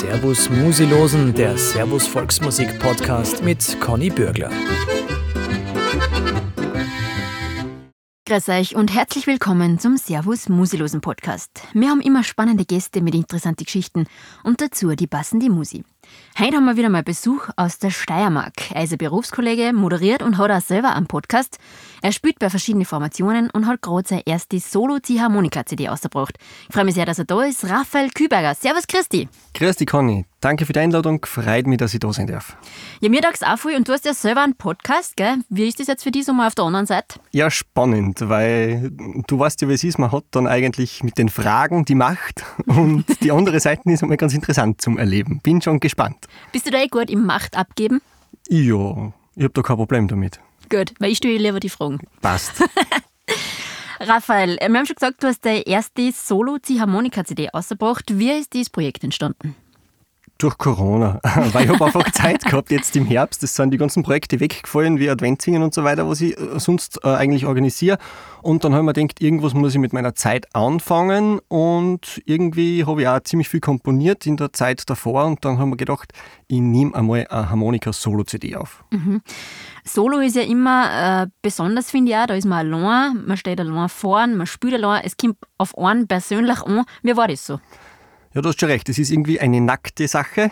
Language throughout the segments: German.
Servus Musilosen, der Servus Volksmusik Podcast mit Conny Bürgler. Grüß euch und herzlich willkommen zum Servus Musilosen Podcast. Wir haben immer spannende Gäste mit interessanten Geschichten und dazu die passende Musi. Heute haben wir wieder mal Besuch aus der Steiermark. Er ist ein Berufskollege, moderiert und hat auch selber einen Podcast. Er spielt bei verschiedenen Formationen und hat gerade seine erste Solo-Ziehharmonika-CD ausgebracht. Ich freue mich sehr, dass er da ist. Raphael Küberger. Servus Christi. Grüß dich, Conny. Danke für die Einladung. Freut mich, dass ich da sein darf. Ja, mir taugt es auch viel und du hast ja selber einen Podcast, gell? Wie ist das jetzt für dich so mal auf der anderen Seite? Ja, spannend, weil du weißt ja, wie es ist. Man hat dann eigentlich mit den Fragen die Macht und die andere Seite ist einmal ganz interessant zum Erleben. Bin schon gespannt. Bist du da gut im Macht abgeben? Ja, ich habe da kein Problem damit. Gut, weil ich stelle lieber die Fragen. Passt. Raphael, wir haben schon gesagt, du hast deine erste Solo-Ziehharmonika-CD ausgebracht. Wie ist dieses Projekt entstanden? Durch Corona, weil ich habe einfach Zeit gehabt jetzt im Herbst. Es sind die ganzen Projekte weggefallen, wie Adventsingen und so weiter, was ich sonst eigentlich organisiere. Und dann habe ich mir gedacht, irgendwas muss ich mit meiner Zeit anfangen. Und irgendwie habe ich auch ziemlich viel komponiert in der Zeit davor. Und dann haben wir gedacht, ich nehme einmal eine Harmonika-Solo-CD auf. Mhm. Solo ist ja immer besonders, finde ich auch. Da ist man allein, man steht allein vorn, man spielt allein. Es kommt auf einen persönlich an. Wie war das so? Ja, du hast schon recht, es ist irgendwie eine nackte Sache,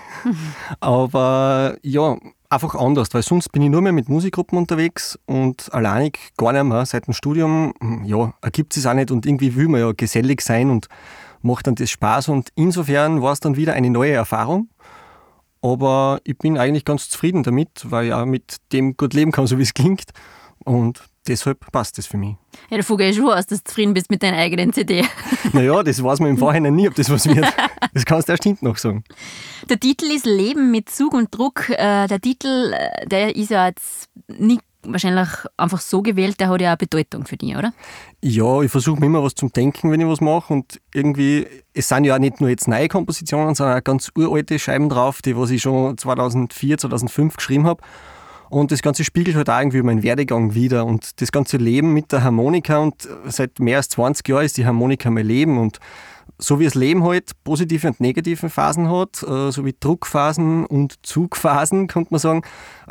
aber ja, einfach anders, weil sonst bin ich nur mehr mit Musikgruppen unterwegs und alleinig gar nicht mehr seit dem Studium, ja, ergibt es auch nicht und irgendwie will man ja gesellig sein und macht dann das Spaß und insofern war es dann wieder eine neue Erfahrung, aber ich bin eigentlich ganz zufrieden damit, weil ich auch mit dem gut leben kann, so wie es klingt und deshalb passt das für mich. Ja, davon gehe ich schon aus, dass du zufrieden bist mit deiner eigenen CD. Naja, das weiß man im Vorhinein nie, ob das was wird. Das kannst du erst hinten noch sagen. Der Titel ist Leben mit Zug und Druck. Der Titel, der ist ja jetzt nicht wahrscheinlich einfach so gewählt, der hat ja auch Bedeutung für dich, oder? Ja, ich versuche mir immer was zum Denken, wenn ich was mache und irgendwie, es sind ja auch nicht nur jetzt neue Kompositionen, sondern auch ganz uralte Scheiben drauf, die was ich schon 2004, 2005 geschrieben habe. Und das Ganze spiegelt halt auch irgendwie meinen Werdegang wider und das ganze Leben mit der Harmonika und seit mehr als 20 Jahren ist die Harmonika mein Leben und so wie das Leben halt positive und negative Phasen hat, so wie Druckphasen und Zugphasen, könnte man sagen,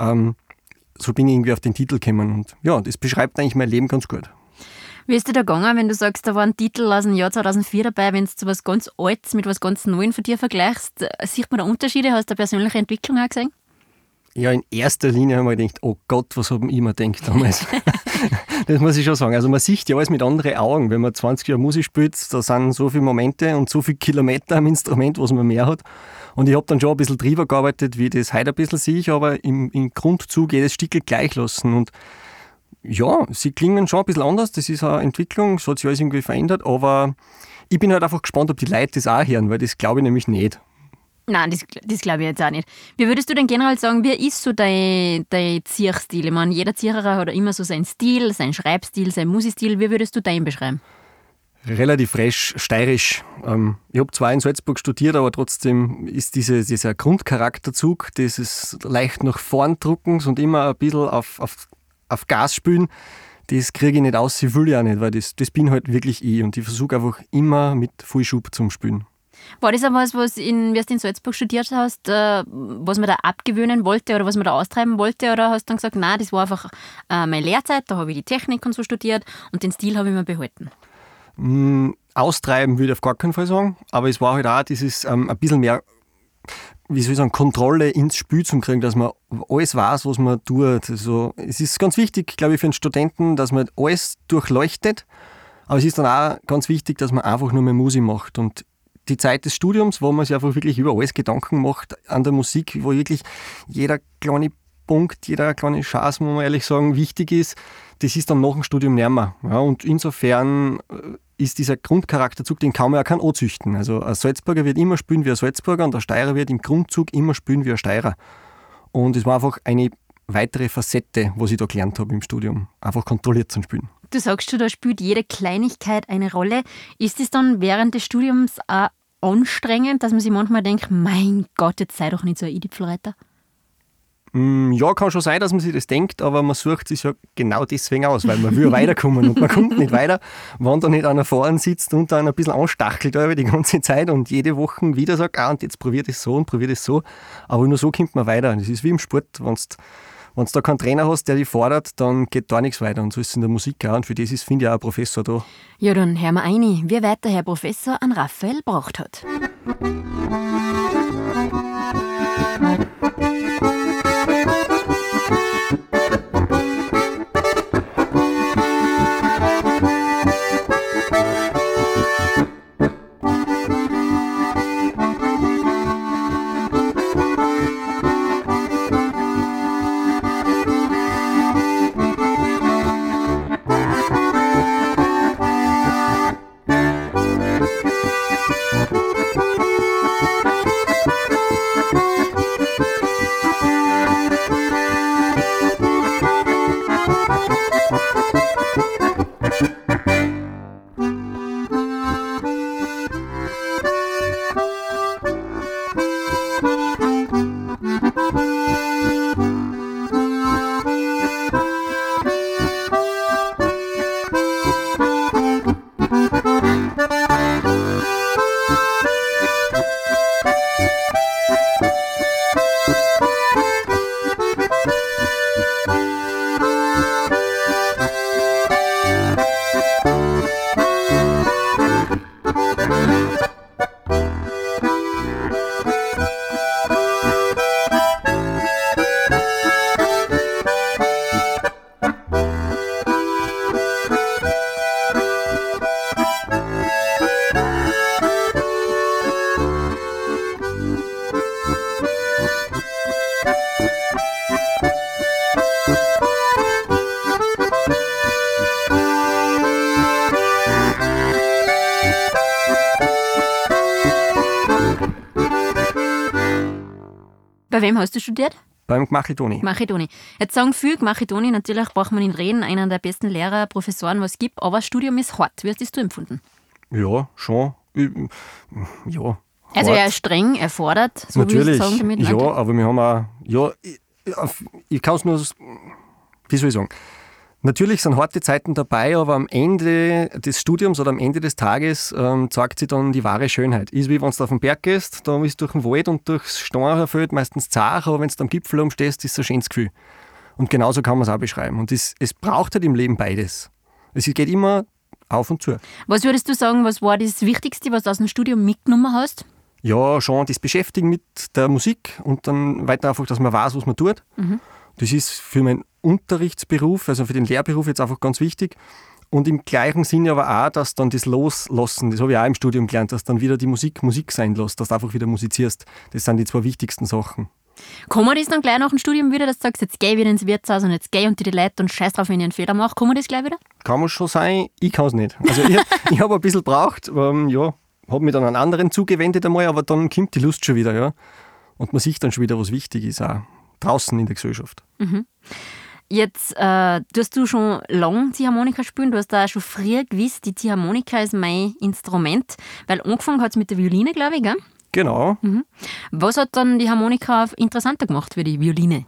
so bin ich irgendwie auf den Titel gekommen und ja, das beschreibt eigentlich mein Leben ganz gut. Wie ist dir da gegangen, wenn du sagst, da war ein Titel aus dem Jahr 2004 dabei, wenn du so was ganz Altes mit was ganz Neuem von dir vergleichst, sieht man da Unterschiede? Hast du eine persönliche Entwicklung auch gesehen? Ja, in erster Linie haben wir gedacht, oh Gott, was haben ich mir gedacht damals? Das muss ich schon sagen. Also man sieht ja alles mit anderen Augen. Wenn man 20 Jahre Musik spielt, da sind so viele Momente und so viele Kilometer am Instrument, was man mehr hat. Und ich habe dann schon ein bisschen drüber gearbeitet, wie ich das heute ein bisschen sehe, aber im Grundzug jedes Stück gleich lassen. Und ja, sie klingen schon ein bisschen anders. Das ist eine Entwicklung, es hat sich alles irgendwie verändert. Aber ich bin halt einfach gespannt, ob die Leute das auch hören, weil das glaube ich nämlich nicht. Nein, das glaube ich jetzt auch nicht. Wie würdest du denn generell sagen, wie ist so dein Ziehstil? Ich meine, jeder Zieher hat immer so seinen Stil, seinen Schreibstil, seinen Musikstil. Wie würdest du deinen beschreiben? Relativ fresh, steirisch. Ich habe zwar in Salzburg studiert, aber trotzdem ist dieser Grundcharakterzug, dieses leicht nach vorn druckens und immer ein bisschen auf Gas spielen, das kriege ich nicht aus, ich will ja auch nicht, weil das bin halt wirklich ich und ich versuche einfach immer mit viel Schub zum Spielen. War das auch was, wie du in Salzburg studiert hast, was man da abgewöhnen wollte oder was man da austreiben wollte? Oder hast du dann gesagt, nein, das war einfach meine Lehrzeit, da habe ich die Technik und so studiert und den Stil habe ich mir behalten? Austreiben würde ich auf gar keinen Fall sagen, aber es war halt auch dieses ein bisschen mehr, wie soll ich sagen, Kontrolle ins Spiel zu kriegen, dass man alles weiß, was man tut. Also, es ist ganz wichtig, glaube ich, für einen Studenten, dass man alles durchleuchtet, aber es ist dann auch ganz wichtig, dass man einfach nur mehr Musik macht und die Zeit des Studiums, wo man sich einfach wirklich über alles Gedanken macht an der Musik, wo wirklich jeder kleine Punkt, jeder kleine Chance, muss man ehrlich sagen, wichtig ist, das ist dann nach dem Studium nicht mehr. Ja, und insofern ist dieser Grundcharakterzug, den kann man ja kein anzüchten. Also ein Salzburger wird immer spielen wie ein Salzburger und ein Steirer wird im Grundzug immer spielen wie ein Steirer. Und es war einfach eine weitere Facette, was ich da gelernt habe im Studium, einfach kontrolliert zu spielen. Du sagst schon, da spielt jede Kleinigkeit eine Rolle. Ist es dann während des Studiums auch anstrengend, dass man sich manchmal denkt, mein Gott, jetzt sei doch nicht so ein Idipfelreiter? Ja, kann schon sein, dass man sich das denkt, aber man sucht sich ja genau deswegen aus, weil man will weiterkommen und man kommt nicht weiter, wenn da nicht einer vorne sitzt und dann ein bisschen anstachelt über die ganze Zeit und jede Woche wieder sagt, und jetzt probier das so und probier das so. Aber nur so kommt man weiter. Das ist wie im Sport, wenn du da keinen Trainer hast, der dich fordert, dann geht da nichts weiter. Und so ist es in der Musik auch. Und für das ist, finde ich, auch ein Professor da. Ja, dann hören wir rein, wie weit der Herr Professor an Raphael braucht hat. Bei wem hast du studiert? Beim Gmachitoni. Gmachitoni. Jetzt sagen viele, Gmachitoni, natürlich braucht man ihn reden, einer der besten Lehrer, Professoren, was es gibt, aber das Studium ist hart. Wie hast das du empfunden? Ja, schon. Ja. Also er ist streng, er fordert, so natürlich, wie ich sagen damit. Ja, aber wir haben auch, ja, ich kann es nur, wie soll ich sagen, natürlich sind harte Zeiten dabei, aber am Ende des Studiums oder am Ende des Tages zeigt sich dann die wahre Schönheit. Ist wie wenn du auf den Berg gehst, da ist durch den Wald und durchs Steinfeld meistens zart, aber wenn du am Gipfel oben stehst, ist es ein schönes Gefühl. Und genauso kann man es auch beschreiben. Und es braucht halt im Leben beides. Es geht immer auf und zu. Was würdest du sagen, was war das Wichtigste, was du aus dem Studium mitgenommen hast? Ja, schon das Beschäftigen mit der Musik und dann weiter einfach, dass man weiß, was man tut. Mhm. Das ist für meinen Unterrichtsberuf, also für den Lehrberuf jetzt einfach ganz wichtig. Und im gleichen Sinne aber auch, dass dann das Loslassen, das habe ich auch im Studium gelernt, dass dann wieder die Musik sein lässt, dass du einfach wieder musizierst. Das sind die zwei wichtigsten Sachen. Kann man das dann gleich nach dem Studium wieder, dass du sagst, jetzt gehe ich wieder ins Wirtshaus und jetzt gehe ich unter die Leute und scheiß drauf, wenn ich einen Fehler mache? Kann man das gleich wieder? Kann man schon sein, ich kann es nicht. Also ich habe ein bisschen gebraucht, ja, habe mich dann an anderen zugewendet einmal, aber dann kommt die Lust schon wieder, ja. Und man sieht dann schon wieder, was wichtig ist, auch draußen in der Gesellschaft. Mhm. Jetzt tust du schon lange Ziehharmonika spielen, du hast da auch schon früher gewusst, die Ziehharmonika ist mein Instrument, weil angefangen hat es mit der Violine, glaube ich, gell? Genau. Mhm. Was hat dann die Harmonika interessanter gemacht für die Violine?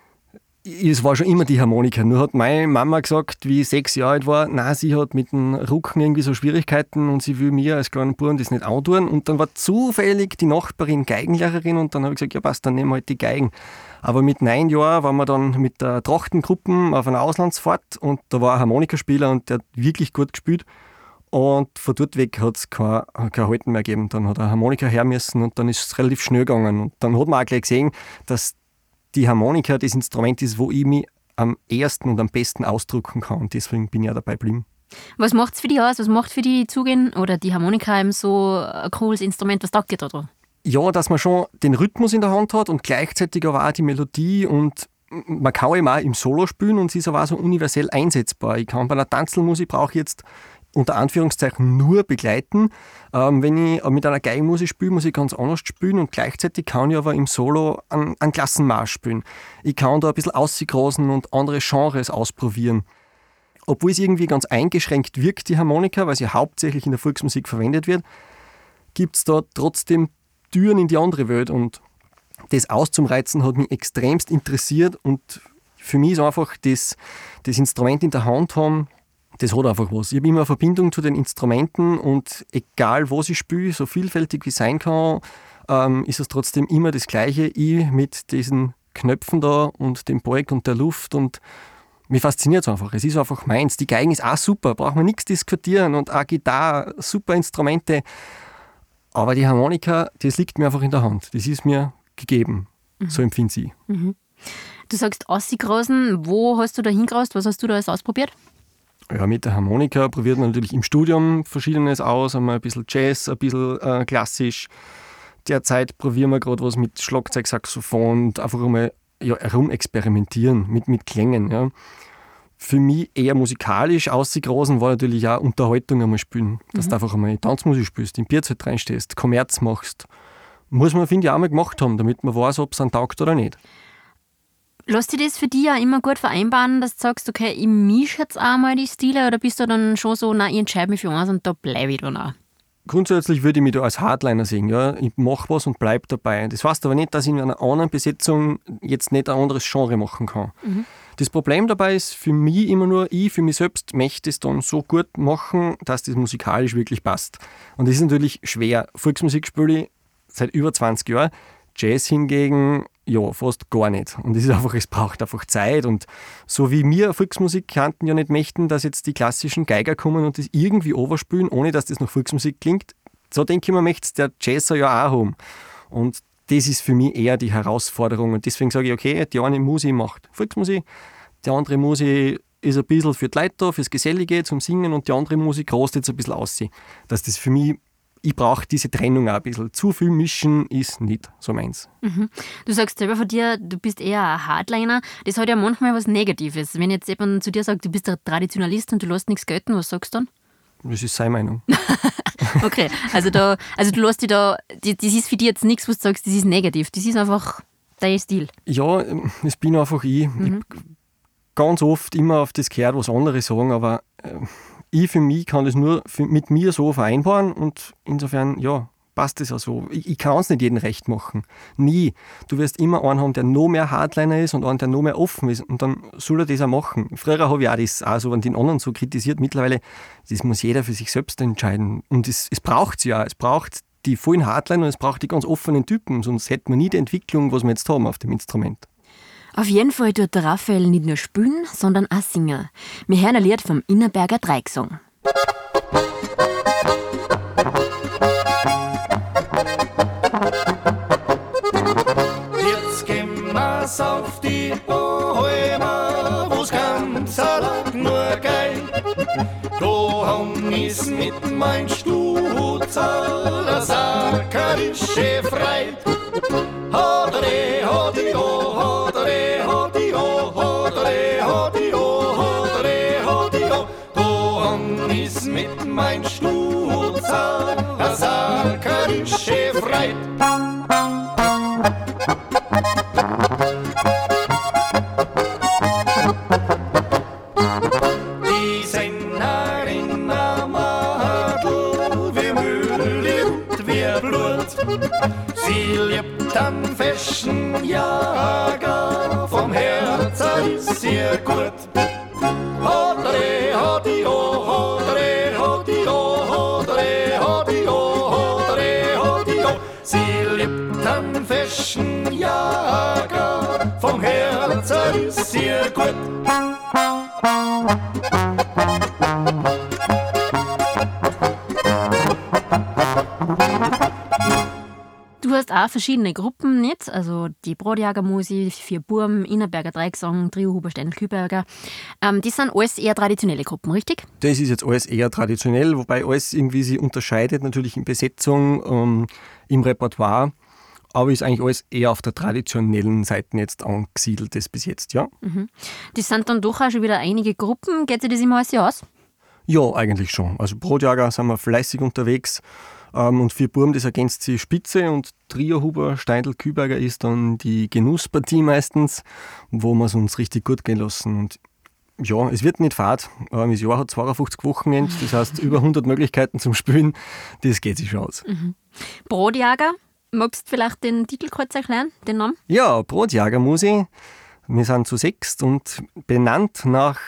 Es war schon immer die Harmonika. Nur hat meine Mama gesagt, wie ich 6 Jahre alt war, nein, sie hat mit dem Rücken irgendwie so Schwierigkeiten und sie will mir als kleinen Buben das nicht antun. Und dann war zufällig die Nachbarin Geigenlehrerin und dann habe ich gesagt, ja passt, dann nehmen wir halt die Geigen. Aber mit 9 Jahren waren wir dann mit der Trachtengruppe auf einer Auslandsfahrt und da war ein Harmonikaspieler und der hat wirklich gut gespielt. Und von dort weg hat es kein Halten mehr gegeben. Dann hat er Harmonika her müssen und dann ist es relativ schnell gegangen. Und dann hat man auch gleich gesehen, dass die Harmonika das Instrument ist, wo ich mich am ersten und am besten ausdrücken kann. Und deswegen bin ich auch dabei geblieben. Was macht es für dich aus? Was macht für die Zugehen oder die Harmonika eben so ein cooles Instrument? Was taugt dir da dran? Ja, dass man schon den Rhythmus in der Hand hat und gleichzeitig aber auch die Melodie. Und man kann eben auch im Solo spielen und sie ist aber auch so universell einsetzbar. Ich kann bei einer Tanzelmusik brauche ich jetzt unter Anführungszeichen nur begleiten. Wenn ich mit einer Geigenmusik spiele, muss ich ganz anders spielen und gleichzeitig kann ich aber im Solo einen Klassenmarsch spielen. Ich kann da ein bisschen ausgrasen und andere Genres ausprobieren. Obwohl es irgendwie ganz eingeschränkt wirkt, die Harmonika, weil sie hauptsächlich in der Volksmusik verwendet wird, gibt es da trotzdem Türen in die andere Welt und das auszureizen hat mich extremst interessiert und für mich ist einfach das Instrument in der Hand haben, das hat einfach was. Ich habe immer eine Verbindung zu den Instrumenten und egal was ich spiele, so vielfältig wie es sein kann, ist es trotzdem immer das Gleiche. Ich mit diesen Knöpfen da und dem Balg und der Luft und mich fasziniert es einfach. Es ist einfach meins. Die Geigen ist auch super, braucht man nichts diskutieren und auch Gitarre, super Instrumente. Aber die Harmonika, das liegt mir einfach in der Hand. Das ist mir gegeben. So empfinde ich. Du sagst ausgegrasen. Wo hast du da hingerast? Was hast du da alles ausprobiert? Ja, mit der Harmonika probiert man natürlich im Studium Verschiedenes aus. Einmal ein bisschen Jazz, ein bisschen klassisch. Derzeit probieren wir gerade was mit Schlagzeug, Saxophon und einfach einmal herumexperimentieren mit Klängen. Ja. Für mich eher musikalisch ausgegrasen war natürlich auch Unterhaltung einmal spielen. Dass du einfach einmal Tanzmusik spielst, im Bierzelt reinstehst, Kommerz machst. Muss man, finde ich, auch mal gemacht haben, damit man weiß, ob es einen taugt oder nicht. Lass dich das für dich ja immer gut vereinbaren, dass du sagst, okay, ich mische jetzt auch mal die Stile, oder bist du dann schon so, nein, ich entscheide mich für eins und da bleibe ich dann auch? Grundsätzlich würde ich mich da als Hardliner sehen. Ja? Ich mache was und bleibe dabei. Das heißt aber nicht, dass ich in einer anderen Besetzung jetzt nicht ein anderes Genre machen kann. Das Problem dabei ist für mich immer nur, ich für mich selbst möchte es dann so gut machen, dass das musikalisch wirklich passt. Und das ist natürlich schwer. Volksmusik spiele ich seit über 20 Jahren. Jazz hingegen, ja, fast gar nicht. Und es braucht einfach Zeit. Und so wie wir Volksmusikanten ja nicht möchten, dass jetzt die klassischen Geiger kommen und das irgendwie overspielen, ohne dass das nach Volksmusik klingt, so denke ich mir, möchte es der Jazzer ja auch haben. Und das ist für mich eher die Herausforderung. Und deswegen sage ich, okay, die eine Musik macht Volksmusik, die andere Musik ist ein bisschen für die Leute da, fürs Gesellige, zum Singen, und die andere Musik rostet jetzt ein bisschen aus. Dass das für mich, ich brauche diese Trennung auch ein bisschen. Zu viel mischen ist nicht so meins. Du sagst selber von dir, du bist eher ein Hardliner. Das hat ja manchmal was Negatives. Wenn jetzt jemand zu dir sagt, du bist ein Traditionalist und du lässt nichts gelten, was sagst du dann? Das ist seine Meinung. Okay, also du lässt dich da, das ist für dich jetzt nichts, was du sagst, das ist negativ. Das ist einfach dein Stil. Ja, das bin einfach ich. Ich ganz oft immer auf das gehört, was andere sagen, aber ich für mich kann das nur mit mir so vereinbaren und insofern, ja, passt das auch so. Ich kann es nicht jedem recht machen. Nie. Du wirst immer einen haben, der noch mehr Hardliner ist und einen, der noch mehr offen ist, und dann soll er das auch machen. Früher habe ich auch das auch so an den anderen so kritisiert. Mittlerweile, das muss jeder für sich selbst entscheiden. Und es braucht es ja. Es braucht die vollen Hardliner und es braucht die ganz offenen Typen, sonst hätten wir nie die Entwicklung, was wir jetzt haben auf dem Instrument. Auf jeden Fall tut der Raphael nicht nur spielen, sondern auch singen. Wir hören ein Lied vom Innerberger Dreiecksong. Jetzt gehen wir's auf die Bäume, wo's ganz allein nur geil. Da haben ich's mit mein Stutzer, das ackerische Freit. Hodere, hodio, hodere, hodio, hodere, hodio, hodere, hodio. Da haben ich's mit mein Stutzer, das ackerische Freit. Die Sennerin am Adel, wie Mühle und wie Blut. Sie liebt an feschen Jager, vom Herzen ist ihr gut. Hodere, hodio, hodere, hodio, hodere, hodio, hodere, hodio. Sie liebt an feschen Jager, vom Herzen ist ihr gut. Du hast auch verschiedene Gruppen, nicht? Also die Brodjager-Musi, 4 Burm, Innerberger Dreiecksong, Trio Huber-Steindl-Kühlberger. Die sind alles eher traditionelle Gruppen, richtig? Das ist jetzt alles eher traditionell, wobei alles irgendwie sich unterscheidet, natürlich in Besetzung, im Repertoire. Aber ist eigentlich alles eher auf der traditionellen Seite jetzt angesiedelt, das bis jetzt, ja. Das sind dann doch auch schon wieder einige Gruppen. Geht sich das immer alles aus? Ja, eigentlich schon. Also Brodjager sind wir fleißig unterwegs. Und 4 Burm, das ergänzt sie spitze, und Trio Huber, Steindl, Kühlberger ist dann die Genusspartie meistens, wo wir es uns richtig gut gehen lassen. Und ja, es wird nicht fad. Das Jahr hat 52 Wochenende, das heißt über 100 Möglichkeiten zum Spielen. Das geht sich schon aus. Brodjager, Magst du vielleicht den Titel kurz erklären, den Namen? Ja, Brotjagermusi. Wir sind zu 6 und benannt nach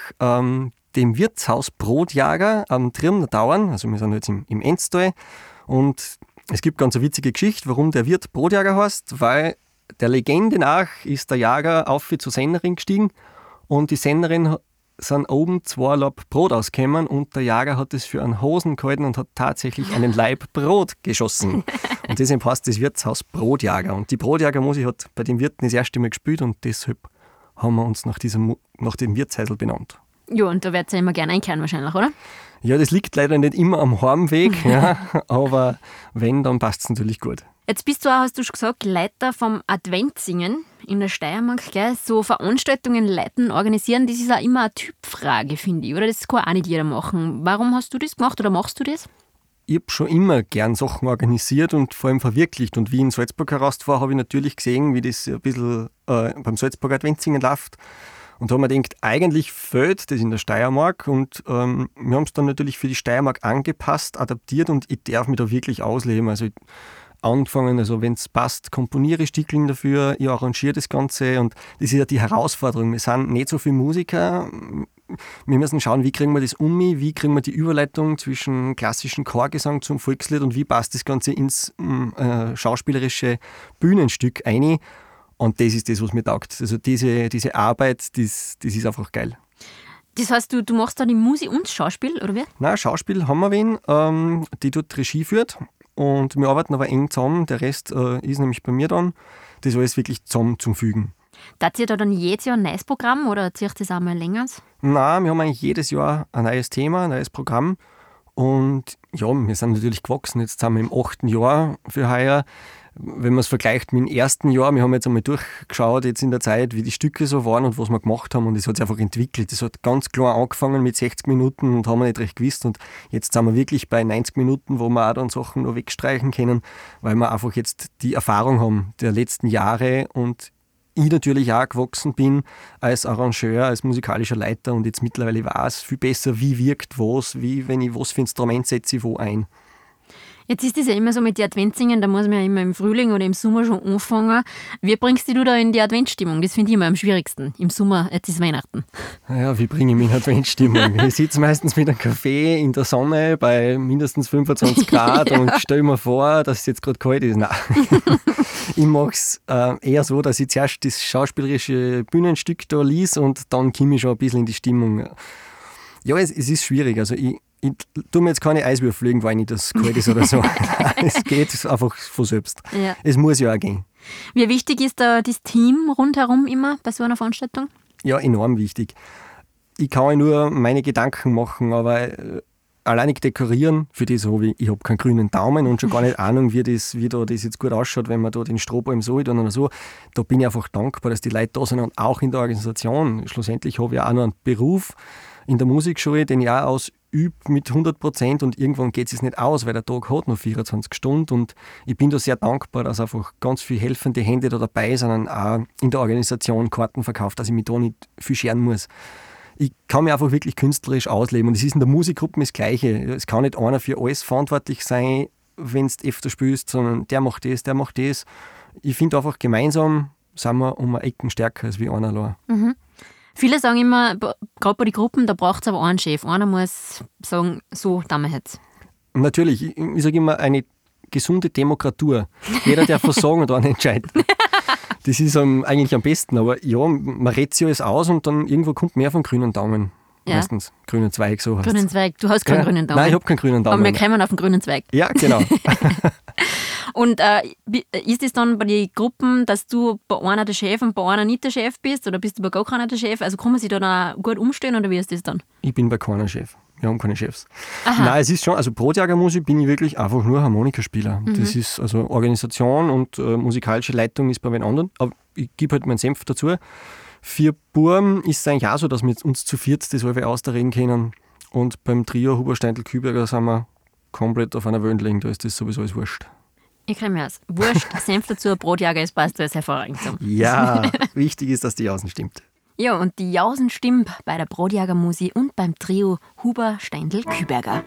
dem Wirtshaus Brotjager am Triemner Dauern. Also wir sind jetzt im Enztal. Und es gibt ganz eine witzige Geschichte, warum der Wirt Brotjager heißt, weil der Legende nach ist der Jager auf zur Sennerin gestiegen und die Sennerin sind oben 2 Laib Brot ausgekommen und der Jager hat es für einen Hosen gehalten und hat tatsächlich einen Laib Brot geschossen. Und deshalb heißt das Wirtshaus Brotjager. Und die Brotjagermusik hat bei dem Wirten das erste Mal gespielt und deshalb haben wir uns nach dem Wirtshäusl benannt. Ja, und da werdet ihr immer gerne einkehren wahrscheinlich, oder? Ja, das liegt leider nicht immer am Heimweg, ja, aber wenn, dann passt es natürlich gut. Jetzt bist du auch, hast du schon gesagt, Leiter vom Adventsingen in der Steiermark. Gell? So Veranstaltungen leiten, organisieren, das ist auch immer eine Typfrage, finde ich. Oder das kann auch nicht jeder machen. Warum hast du das gemacht oder machst du das? Ich habe schon immer gern Sachen organisiert und vor allem verwirklicht. Und wie ich in Salzburg herausfahre, habe ich natürlich gesehen, wie das ein bisschen beim Salzburger Adventsingen läuft. Und da haben wir gedacht, eigentlich fehlt das in der Steiermark. Und wir haben es dann natürlich für die Steiermark angepasst, adaptiert und ich darf mich da wirklich ausleben. Also angefangen, also wenn es passt, komponiere ich Stickeln dafür, ich arrangiere das Ganze und das ist ja die Herausforderung. Wir sind nicht so viele Musiker, wir müssen schauen, wie kriegen wir das wie kriegen wir die Überleitung zwischen klassischem Chorgesang zum Volkslied und wie passt das Ganze ins schauspielerische Bühnenstück ein. Und das ist das, was mir taugt. Also diese Arbeit, das ist einfach geil. Das heißt, du machst da die Musik und Schauspiel, oder wie? Nein, Schauspiel haben wir wen, die dort Regie führt. Und wir arbeiten aber eng zusammen. Der Rest ist nämlich bei mir dann. Das alles wirklich zusammen zum Fügen. Tat ihr da dann jedes Jahr ein neues Programm oder zieht das auch mal länger? Nein, wir haben eigentlich jedes Jahr ein neues Thema, ein neues Programm. Und ja, wir sind natürlich gewachsen. Jetzt sind wir im 8. Jahr für heuer. Wenn man es vergleicht mit dem ersten Jahr, wir haben jetzt einmal durchgeschaut jetzt in der Zeit, wie die Stücke so waren und was wir gemacht haben und es hat sich einfach entwickelt. Es hat ganz klar angefangen mit 60 Minuten und haben wir nicht recht gewusst und jetzt sind wir wirklich bei 90 Minuten, wo wir auch dann Sachen noch wegstreichen können, weil wir einfach jetzt die Erfahrung haben der letzten Jahre und ich natürlich auch gewachsen bin als Arrangeur, als musikalischer Leiter und jetzt mittlerweile weiß viel besser, wie wirkt was, wenn ich was für Instrument setze ich wo ein. Jetzt ist es ja immer so mit den Adventssingen, da muss man ja immer im Frühling oder im Sommer schon anfangen. Wie bringst du da in die Adventsstimmung? Das finde ich immer am schwierigsten. Im Sommer, jetzt ist Weihnachten. Ja, wie bringe ich mich in Adventsstimmung? Ich sitze meistens mit einem Kaffee in der Sonne bei mindestens 25 Grad ja. Und stelle mir vor, dass es jetzt gerade kalt ist. Nein. Ich mache es eher so, dass ich zuerst das schauspielerische Bühnenstück da lese und dann komme ich schon ein bisschen in die Stimmung. Ja, es ist schwierig. Also ich tue mir jetzt keine Eiswürfel legen, weil nicht das kalt ist oder so. Es geht einfach von selbst. Ja. Es muss ja auch gehen. Wie wichtig ist da das Team rundherum immer bei so einer Veranstaltung? Ja, enorm wichtig. Ich kann nur meine Gedanken machen, aber alleinig dekorieren, für das habe ich habe keinen grünen Daumen und schon gar nicht Ahnung, wie da das jetzt gut ausschaut, wenn man da den Strohballen so tun oder so. Da bin ich einfach dankbar, dass die Leute da sind und auch in der Organisation. Schlussendlich habe ich auch noch einen Beruf in der Musikschule, den ich auch ausübe mit 100% und irgendwann geht es nicht aus, weil der Tag hat noch 24 Stunden und ich bin da sehr dankbar, dass einfach ganz viele helfende Hände da dabei sind und auch in der Organisation Karten verkauft, dass ich mich da nicht viel scheren muss. Ich kann mich einfach wirklich künstlerisch ausleben und es ist in der Musikgruppe das Gleiche. Es kann nicht einer für alles verantwortlich sein, wenn du öfter spielst, sondern der macht das, der macht das. Ich finde einfach, gemeinsam sind wir um eine Ecken stärker als wie einer allein. Mhm. Viele sagen immer, gerade bei den Gruppen, da braucht es aber einen Chef. Einer muss sagen, so, da wir jetzt. Natürlich, ich sage immer, eine gesunde Demokratur. Jeder darf was sagen und einer entscheidet. Das ist eigentlich am besten, aber ja, man redet sich alles aus und dann irgendwo kommt mehr vom grünen Daumen. Ja. Meistens grünen Zweig, so heißt es. Grünen Zweig, du hast keinen grünen Daumen. Nein, ich habe keinen grünen Daumen. Aber wir kommen auf den grünen Zweig. Ja, genau. Und ist es dann bei den Gruppen, dass du bei einer der Chef und bei einer nicht der Chef bist oder bist du bei gar keiner der Chef? Also kann man sich da dann auch gut umstellen oder wie ist das dann? Ich bin bei keiner Chef. Wir haben keine Chefs. Aha. Nein, es ist schon, also Brotjagermusik bin ich wirklich einfach nur Harmonikaspieler. Mhm. Das ist also Organisation und musikalische Leitung ist bei den anderen. Aber ich gebe halt meinen Senf dazu. Für Buben ist es eigentlich auch so, dass wir uns zu viert das halbe ausreden können. Und beim Trio Huber-Steindl-Küberger sind wir komplett auf einer Wellenlänge. Da ist das sowieso alles wurscht. Ich kenne mich aus. Wurscht, Senf dazu, Brotjager, es passt alles hervorragend zusammen. Ja, wichtig ist, dass die Jausen stimmt. Ja, und die Jausen stimmt bei der Brotjagermusik und beim Trio Huber-Steindl-Küberger.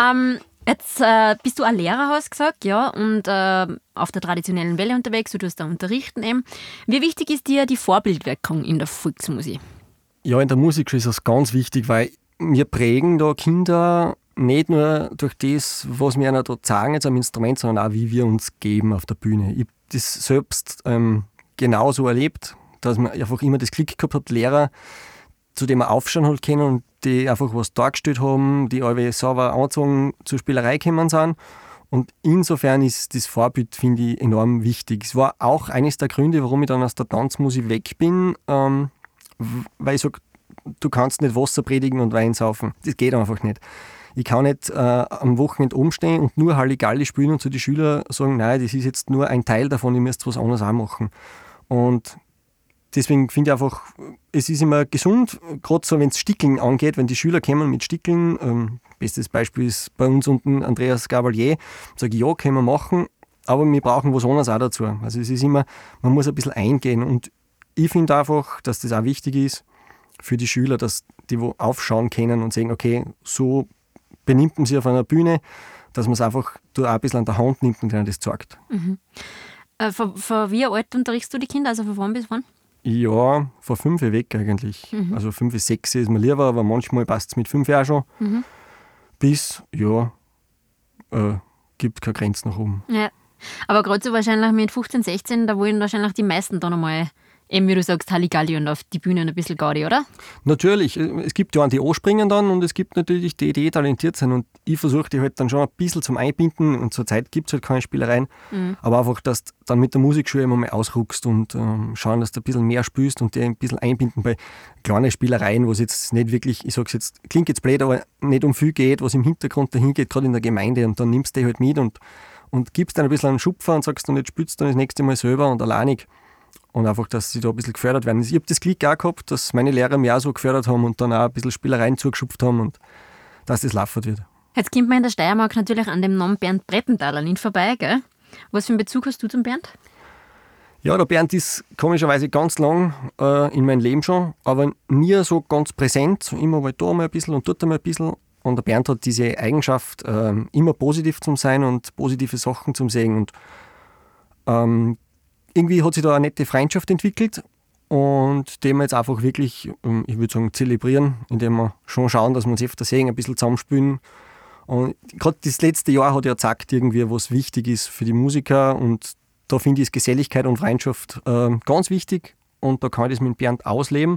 Jetzt bist du ein Lehrer, hast du gesagt, ja, und auf der traditionellen Welle unterwegs, du tust da unterrichten eben. Wie wichtig ist dir die Vorbildwirkung in der Volksmusik? Ja, in der Musik ist das ganz wichtig, weil wir prägen da Kinder nicht nur durch das, was wir ihnen da zeigen jetzt am Instrument, sondern auch, wie wir uns geben auf der Bühne. Ich habe das selbst genauso erlebt, dass man einfach immer das Glück gehabt hat, Lehrer, zu dem wir aufschauen halt können und die einfach was dargestellt haben, die alle sauber angezogen zur Spielerei gekommen sind. Und insofern ist das Vorbild, finde ich, enorm wichtig. Es war auch eines der Gründe, warum ich dann aus der Tanzmusik weg bin, weil ich sage, du kannst nicht Wasser predigen und Wein saufen. Das geht einfach nicht. Ich kann nicht am Wochenende umstehen und nur Halligalli spielen und zu den Schülern sagen, nein, das ist jetzt nur ein Teil davon, ihr müsst was anderes auch machen. Und deswegen finde ich einfach, es ist immer gesund, gerade so, wenn es Stickeln angeht, wenn die Schüler kommen mit Stickeln, bestes Beispiel ist bei uns unten Andreas Gabalier, sage ich, ja, können wir machen, aber wir brauchen was anderes auch dazu. Also es ist immer, man muss ein bisschen eingehen und ich finde einfach, dass das auch wichtig ist für die Schüler, dass die wo aufschauen können und sehen, okay, so benimmt man sich auf einer Bühne, dass man es einfach auch ein bisschen an der Hand nimmt und ihnen das zeigt. Mhm. Von wie alt unterrichtst du die Kinder, also von wann bis wann? Ja, von 5 weg eigentlich. Mhm. Also 5 bis 6 ist mir lieber, aber manchmal passt es mit 5 auch schon. Mhm. Bis, ja, gibt keine Grenze nach oben. Ja, aber gerade so wahrscheinlich mit 15, 16, da wollen wahrscheinlich die meisten dann einmal, eben wie du sagst, Halligalli und auf die Bühne ein bisschen Gaudi, oder? Natürlich. Es gibt ja einen, die anspringen dann und es gibt natürlich die talentiert sind und ich versuche die halt dann schon ein bisschen zum Einbinden und zur Zeit gibt es halt keine Spielereien, aber einfach, dass du dann mit der Musikschule immer mal ausruckst und schauen, dass du ein bisschen mehr spielst und die ein bisschen einbinden bei kleinen Spielereien, wo es jetzt nicht wirklich, ich sag's jetzt, klingt jetzt blöd, aber nicht um viel geht, was im Hintergrund dahin geht, gerade in der Gemeinde und dann nimmst du die halt mit und gibst dann ein bisschen einen Schupfer und sagst dann, jetzt spielst du dann das nächste Mal selber und alleinig. Und einfach, dass sie da ein bisschen gefördert werden. Ich habe das Glück auch gehabt, dass meine Lehrer mich auch so gefördert haben und dann auch ein bisschen Spielereien zugeschupft haben und dass das laufen wird. Jetzt kommt man in der Steiermark natürlich an dem Namen Bernd Brettenthaler nicht vorbei, gell? Was für einen Bezug hast du zum Bernd? Ja, der Bernd ist komischerweise ganz lang in meinem Leben schon, aber nie so ganz präsent. Immer mal da mal ein bisschen und dort mal ein bisschen. Und der Bernd hat diese Eigenschaft, immer positiv zu sein und positive Sachen zu sehen. Und irgendwie hat sich da eine nette Freundschaft entwickelt und die wir jetzt einfach wirklich, ich würde sagen, zelebrieren, indem wir schon schauen, dass wir uns öfter sehen, ein bisschen zusammenspielen. Und gerade das letzte Jahr hat ja gezeigt, irgendwie, was wichtig ist für die Musiker und da finde ich ist Geselligkeit und Freundschaft ganz wichtig und da kann ich das mit Bernd ausleben.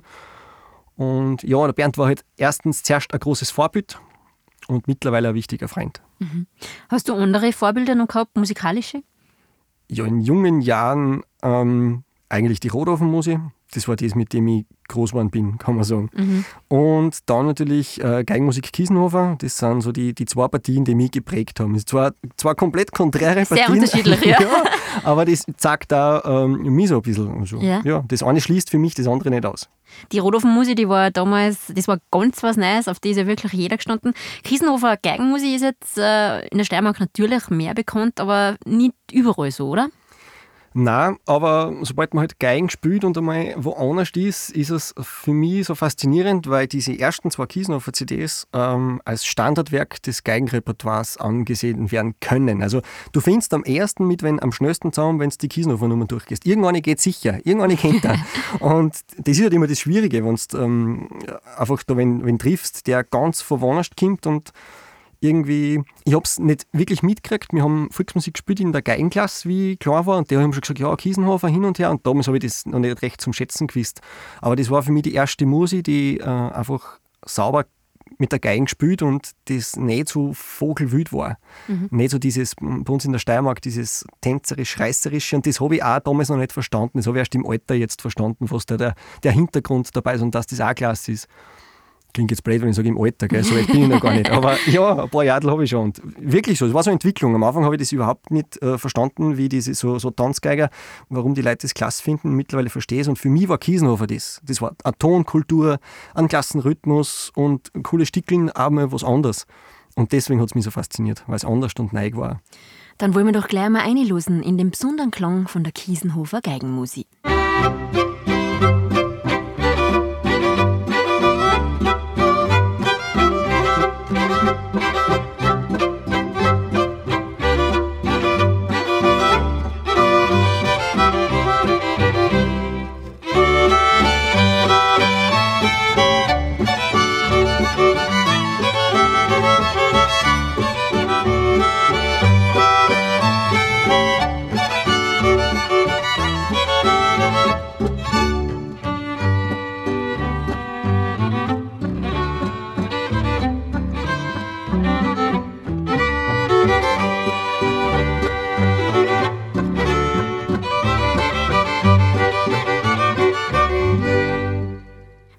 Und ja, der Bernd war halt erstens zuerst ein großes Vorbild und mittlerweile ein wichtiger Freund. Mhm. Hast du andere Vorbilder noch gehabt, musikalische? Ja, in jungen Jahren eigentlich die Rothhofen-Musik. Das war das, mit dem ich groß geworden bin, kann man sagen. Mhm. Und dann natürlich Geigenmusik Kiesenhofer. Das sind so die zwei Partien, die mich geprägt haben. Das sind zwar komplett konträre Partien. Sehr unterschiedlich, ja. Ja, aber das zeigt auch mich so ein bisschen. Also, ja, das eine schließt für mich das andere nicht aus. Die Rothhofen-Musik, die war damals, das war ganz was Neues, auf die ist ja wirklich jeder gestanden. Kiesenhofer Geigenmusik ist jetzt in der Steiermark natürlich mehr bekannt, aber nicht überall so, oder? Nein, aber sobald man halt Geigen spielt und einmal woanders ist es für mich so faszinierend, weil diese ersten 2 Kiesenhofer CDs als Standardwerk des Geigenrepertoires angesehen werden können. Also du findest am ersten mit, wenn am schnellsten zusammen, wenn du die Kiesenhofer-Nummern durchgehst. Irgendwann geht sicher, irgendwann kennt er. Und das ist halt immer das Schwierige, wenn du einfach da, wenn triffst, der ganz von woanders kommt und irgendwie, ich habe es nicht wirklich mitgekriegt. Wir haben Volksmusik gespielt in der Geigenklasse, wie ich klar war. Und die haben schon gesagt, ja, Kiesenhofer hin und her. Und damals habe ich das noch nicht recht zum Schätzen gewusst. Aber das war für mich die erste Musik, die einfach sauber mit der Geigen gespielt und das nicht so vogelwild war. Mhm. Nicht so dieses, bei uns in der Steiermark, dieses tänzerisch-reißerische. Und das habe ich auch damals noch nicht verstanden. Das habe ich erst im Alter jetzt verstanden, was da der Hintergrund dabei ist und dass das auch klasse ist. Klingt jetzt blöd, wenn ich sage im Alter, gell? So weit bin ich noch gar nicht. Aber ja, ein paar Jahre habe ich schon. Und wirklich so, es war so eine Entwicklung. Am Anfang habe ich das überhaupt nicht verstanden, wie diese so Tanzgeiger, warum die Leute das klasse finden. Mittlerweile verstehe ich es. Und für mich war Kiesenhofer das. Das war eine Tonkultur, ein Klassenrhythmus und coole Stickeln, auch mal was anderes. Und deswegen hat es mich so fasziniert, weil es anders und neu war. Dann wollen wir doch gleich mal reinlosen in den besonderen Klang von der Kiesenhofer Geigenmusik.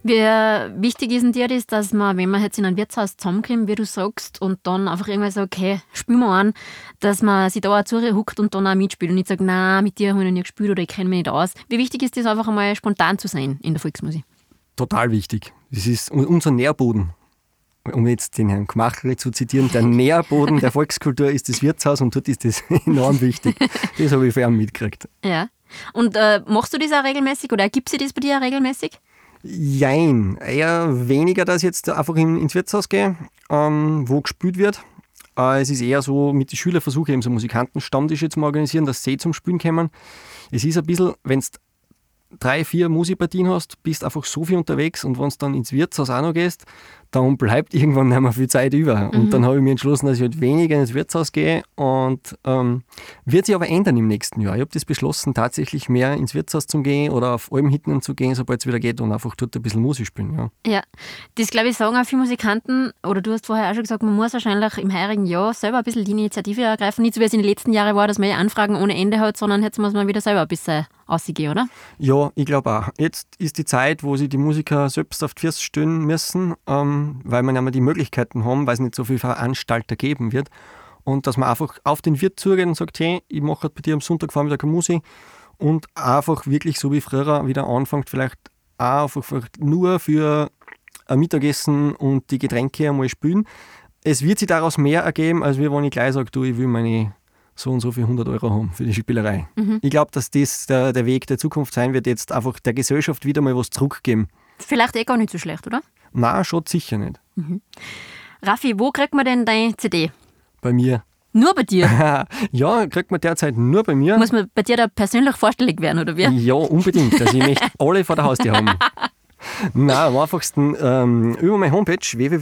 Wie wichtig ist denn dir das, dass man, wenn man jetzt in ein Wirtshaus zusammenkommt, wie du sagst, und dann einfach irgendwann so, okay, spielen wir an, dass man sich da auch zuhuckt und dann auch mitspielt und nicht sagt, nein, mit dir habe ich noch nie gespielt oder ich kenne mich nicht aus. Wie wichtig ist das, einfach einmal spontan zu sein in der Volksmusik? Total wichtig. Das ist unser Nährboden. Um jetzt den Herrn Gmachli zu zitieren, der Nährboden der Volkskultur ist das Wirtshaus und dort ist das enorm wichtig. Das habe ich vor allem mitgekriegt. Ja. Und machst du das auch regelmäßig oder ergibt sich das bei dir auch regelmäßig? Jein, eher weniger, dass ich jetzt einfach ins Wirtshaus gehe, wo gespielt wird. Es ist eher so, mit den Schülern versuche ich eben so Musikantenstammtische zu organisieren, dass sie zum Spielen kommen. Es ist ein bisschen, wenn du 3-4 Musikpartien hast, bist einfach so viel unterwegs und wenn du dann ins Wirtshaus auch noch gehst, dann bleibt irgendwann nicht mehr viel Zeit über. Und dann habe ich mir entschlossen, dass ich halt weniger ins Wirtshaus gehe und wird sich aber ändern im nächsten Jahr. Ich habe das beschlossen, tatsächlich mehr ins Wirtshaus zu gehen oder auf Almhitten zu gehen, sobald es wieder geht und einfach dort ein bisschen Musik spielen. Ja, das glaube ich sagen auch viele Musikanten, oder du hast vorher auch schon gesagt, man muss wahrscheinlich im heurigen Jahr selber ein bisschen die Initiative ergreifen. Nicht so wie es in den letzten Jahren war, dass man Anfragen ohne Ende hat, sondern jetzt muss man wieder selber ein bisschen rausgehen, oder? Ja, ich glaube auch. Jetzt ist die Zeit, wo sich die Musiker selbst auf die Füße stellen müssen, weil man ja mal die Möglichkeiten haben, weil es nicht so viele Veranstalter geben wird. Und dass man einfach auf den Wirt zugeht und sagt, hey, ich mache halt bei dir am Sonntagvormittag eine Musik und einfach wirklich so wie früher wieder anfängt, vielleicht auch einfach nur für ein Mittagessen und die Getränke einmal spielen. Es wird sich daraus mehr ergeben, als wenn ich gleich sage, du, ich will meine so und so viel 100 Euro haben für die Spielerei. Ich glaube, dass das der Weg der Zukunft sein wird, jetzt einfach der Gesellschaft wieder mal was zurückgeben. Vielleicht gar nicht so schlecht, oder? Nein, schaut sicher nicht. Raffi, wo kriegt man denn deine CD? Bei mir. Nur bei dir? Ja, kriegt man derzeit nur bei mir. Muss man bei dir da persönlich vorstellig werden, oder wie? Ja, unbedingt. Also ich möchte alle vor der Haustür haben. Nein, am einfachsten über meine Homepage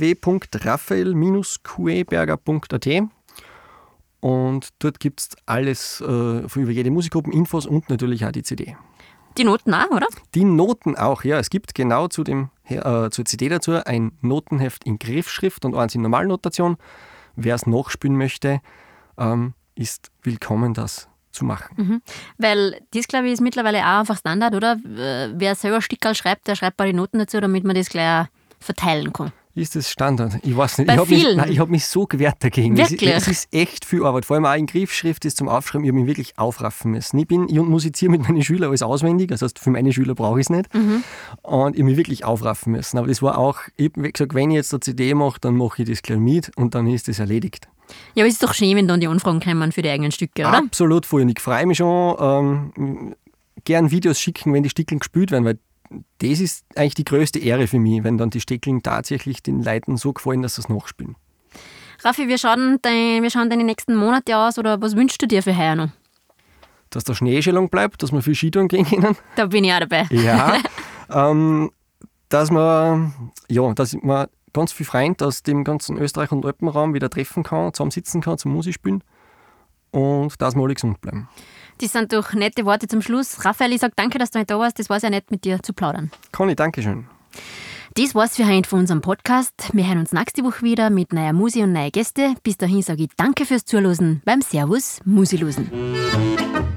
www.raphael-kueberger.at und dort gibt es alles über jede Musikgruppe, Infos und natürlich auch die CD. Die Noten auch, oder? Die Noten auch, ja. Es gibt genau zur CD dazu ein Notenheft in Griffschrift und eins in Normalnotation. Wer es nachspielen möchte, ist willkommen, das zu machen. Weil das, glaube ich, ist mittlerweile auch einfach Standard, oder? Wer selber Stickerl schreibt, der schreibt auch die Noten dazu, damit man das gleich verteilen kann. Ist das Standard? Ich weiß nicht. Bei Ich habe mich so gewehrt dagegen. Wirklich? Es ist echt viel Arbeit. Vor allem auch in Griffschrift ist zum Aufschreiben. Ich habe mich wirklich aufraffen müssen. Ich musiziere mit meinen Schülern alles auswendig. Das heißt, für meine Schüler brauche ich es nicht. Und ich habe mich wirklich aufraffen müssen. Aber das war auch, ich habe gesagt, wenn ich jetzt eine CD mache, dann mache ich das gleich mit und dann ist das erledigt. Ja, aber es ist doch schön, wenn dann die Anfragen kommen für die eigenen Stücke, oder? Absolut voll. Und ich freue mich schon, gern Videos schicken, wenn die Stickeln gespielt werden, weil das ist eigentlich die größte Ehre für mich, wenn dann die Stickeln tatsächlich den Leuten so gefallen, dass sie es nachspielen. Raffi, wie schauen deine nächsten Monate aus oder was wünschst du dir für heuer noch? Dass der Schnee schon lang bleibt, dass wir viel Skitouren gehen können. Da bin ich auch dabei. Ja, dass man ganz viel Freunde aus dem ganzen Österreich- und Alpenraum wieder treffen kann, zusammen sitzen kann, zum Musik spielen und dass wir alle gesund bleiben. Das sind doch nette Worte zum Schluss. Raphael, ich sage danke, dass du heute da warst. Das war sehr nett, mit dir zu plaudern. Conny, danke schön. Das war's für heute von unserem Podcast. Wir hören uns nächste Woche wieder mit neuer Musik und neuen Gästen. Bis dahin sage ich danke fürs Zuhören beim Servus Musilosen.